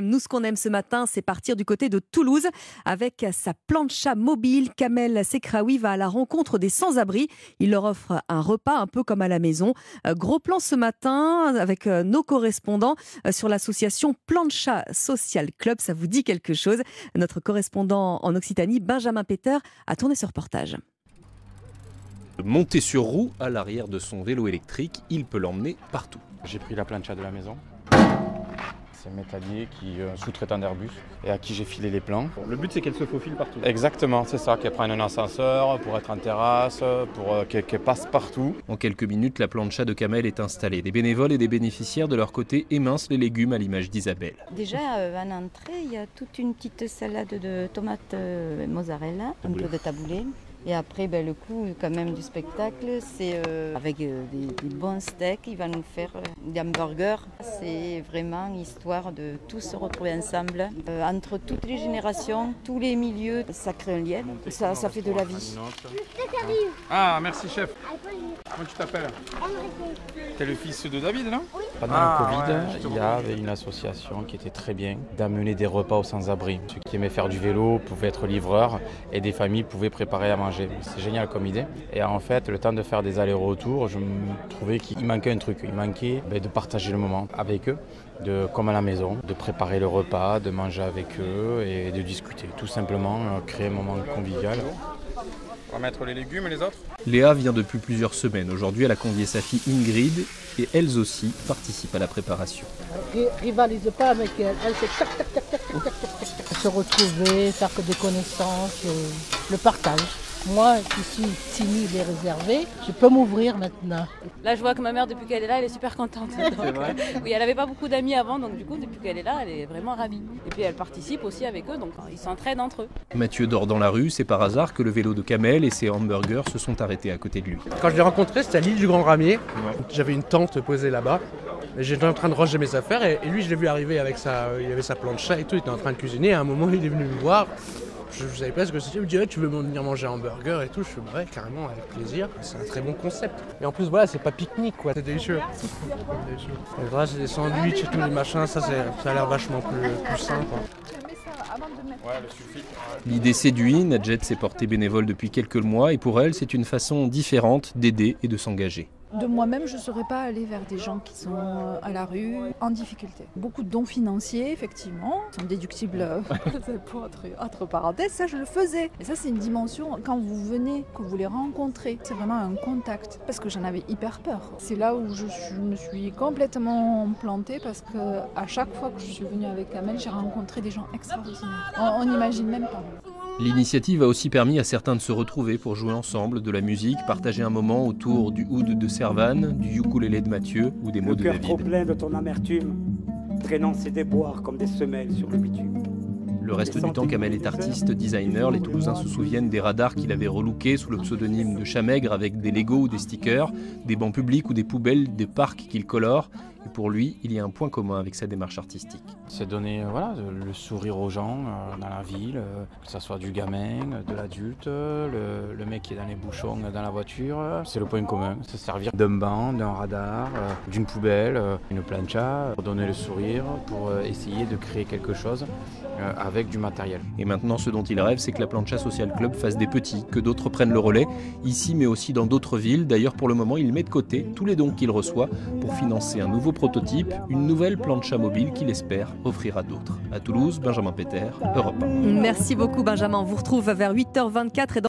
Nous, ce qu'on aime ce matin, c'est partir du côté de Toulouse. Avec sa plancha mobile, Kamel Sekraoui va à la rencontre des sans-abri. Il leur offre un repas un peu comme à la maison. Gros plan ce matin avec nos correspondants sur l'association Plancha Social Club. Ça vous dit quelque chose? Notre correspondant en Occitanie, Benjamin Peter, a tourné ce reportage. Monté sur roue à l'arrière de son vélo électrique, il peut l'emmener partout. J'ai pris la plancha de la maison. C'est Métallier qui est un sous-traitant d'Airbus et à qui j'ai filé les plans. Le but c'est qu'elle se faufile partout. Exactement, c'est ça, qu'elle prenne un ascenseur pour être en terrasse, pour qu'elle passe partout. En quelques minutes, la plancha de Kamel est installée. Des bénévoles et des bénéficiaires de leur côté émincent les légumes à l'image d'Isabelle. Déjà, en entrée, il y a toute une petite salade de tomates mozzarella, un peu de taboulé. Et après, le coup quand même du spectacle, c'est avec des bons steaks, il va nous faire des hamburgers. C'est vraiment histoire de tous se retrouver ensemble, entre toutes les générations, tous les milieux. Ça crée un lien, ça fait de la vie. Ah, merci chef. Comment tu t'appelles? T'es le fils de David, non? Pendant le Covid, il y avait une association qui était très bien d'amener des repas aux sans-abri. Ceux qui aimaient faire du vélo pouvaient être livreurs et des familles pouvaient préparer à manger. C'est génial comme idée. Et en fait, le temps de faire des allers-retours, je me trouvais qu'il manquait un truc. Il manquait de partager le moment avec eux, comme à la maison, de préparer le repas, de manger avec eux et de discuter. Tout simplement, créer un moment convivial. On va mettre les légumes et les autres. Léa vient depuis plusieurs semaines. Aujourd'hui, elle a convié sa fille Ingrid et elles aussi participent à la préparation. Rivalise pas avec elle, c'est tac tac tac tac tac tac tac. Se retrouver, faire que des connaissances, le partage. Moi, qui suis timide et réservée, je peux m'ouvrir maintenant. Là, je vois que ma mère, depuis qu'elle est là, elle est super contente. C'est vrai. Oui, elle n'avait pas beaucoup d'amis avant, donc du coup, depuis qu'elle est là, elle est vraiment ravie. Et puis, elle participe aussi avec eux, donc ils s'entraident entre eux. Mathieu dort dans la rue, c'est par hasard que le vélo de Kamel et ses hamburgers se sont arrêtés à côté de lui. Quand je l'ai rencontré, c'était à l'île du Grand Ramier. Ouais. J'avais une tente posée là-bas. J'étais en train de ranger mes affaires et lui, je l'ai vu arriver avec il avait sa plancha et tout, il était en train de cuisiner. Et à un moment, il est venu me voir. Je ne savais pas ce que c'était. Il me dit tu veux venir manger un hamburger et tout. Je suis ouais, carrément, avec plaisir. C'est un très bon concept. Et en plus, voilà, c'est pas pique-nique, quoi. C'est délicieux. Et là, c'est des sandwichs et tout, les machins. Ça a l'air vachement plus sain, quoi. L'idée séduit, Nadjet s'est portée bénévole depuis quelques mois et pour elle, c'est une façon différente d'aider et de s'engager. De moi-même, je ne saurais pas aller vers des gens qui sont à la rue, en difficulté. Beaucoup de dons financiers, effectivement, sont déductibles entre parenthèses, ça je le faisais. Et ça c'est une dimension, quand vous venez, que vous les rencontrez, c'est vraiment un contact, parce que j'en avais hyper peur. C'est là où je me suis complètement plantée, parce qu'à chaque fois que je suis venue avec Kamel, j'ai rencontré des gens extraordinaires. On n'imagine même pas. L'initiative a aussi permis à certains de se retrouver pour jouer ensemble de la musique, partager un moment autour du oud de Servane, du ukulélé de Mathieu ou des mots de David. Le cœur trop plein de ton amertume, traînant ses déboires comme des semelles sur le bitume. Le reste du temps, Kamel est artiste, designer. Les Toulousains se souviennent des radars qu'il avait relookés sous le pseudonyme de Chamègre avec des Legos ou des stickers, des bancs publics ou des poubelles, des parcs qu'il colore. Et pour lui, il y a un point commun avec sa démarche artistique. C'est donner le sourire aux gens dans la ville, que ce soit du gamin, de l'adulte, le mec qui est dans les bouchons dans la voiture. C'est le point commun, se servir d'un banc, d'un radar, d'une poubelle, une plancha, pour donner le sourire, pour essayer de créer quelque chose avec du matériel. Et maintenant, ce dont il rêve, c'est que la Plancha Social Club fasse des petits, que d'autres prennent le relais, ici mais aussi dans d'autres villes. D'ailleurs, pour le moment, il met de côté tous les dons qu'il reçoit pour financer un nouveau prototype, une nouvelle plancha mobile qu'il espère offrir à d'autres. À Toulouse, Benjamin Peter, Europe 1. Merci beaucoup Benjamin, on vous retrouve vers 8h24 et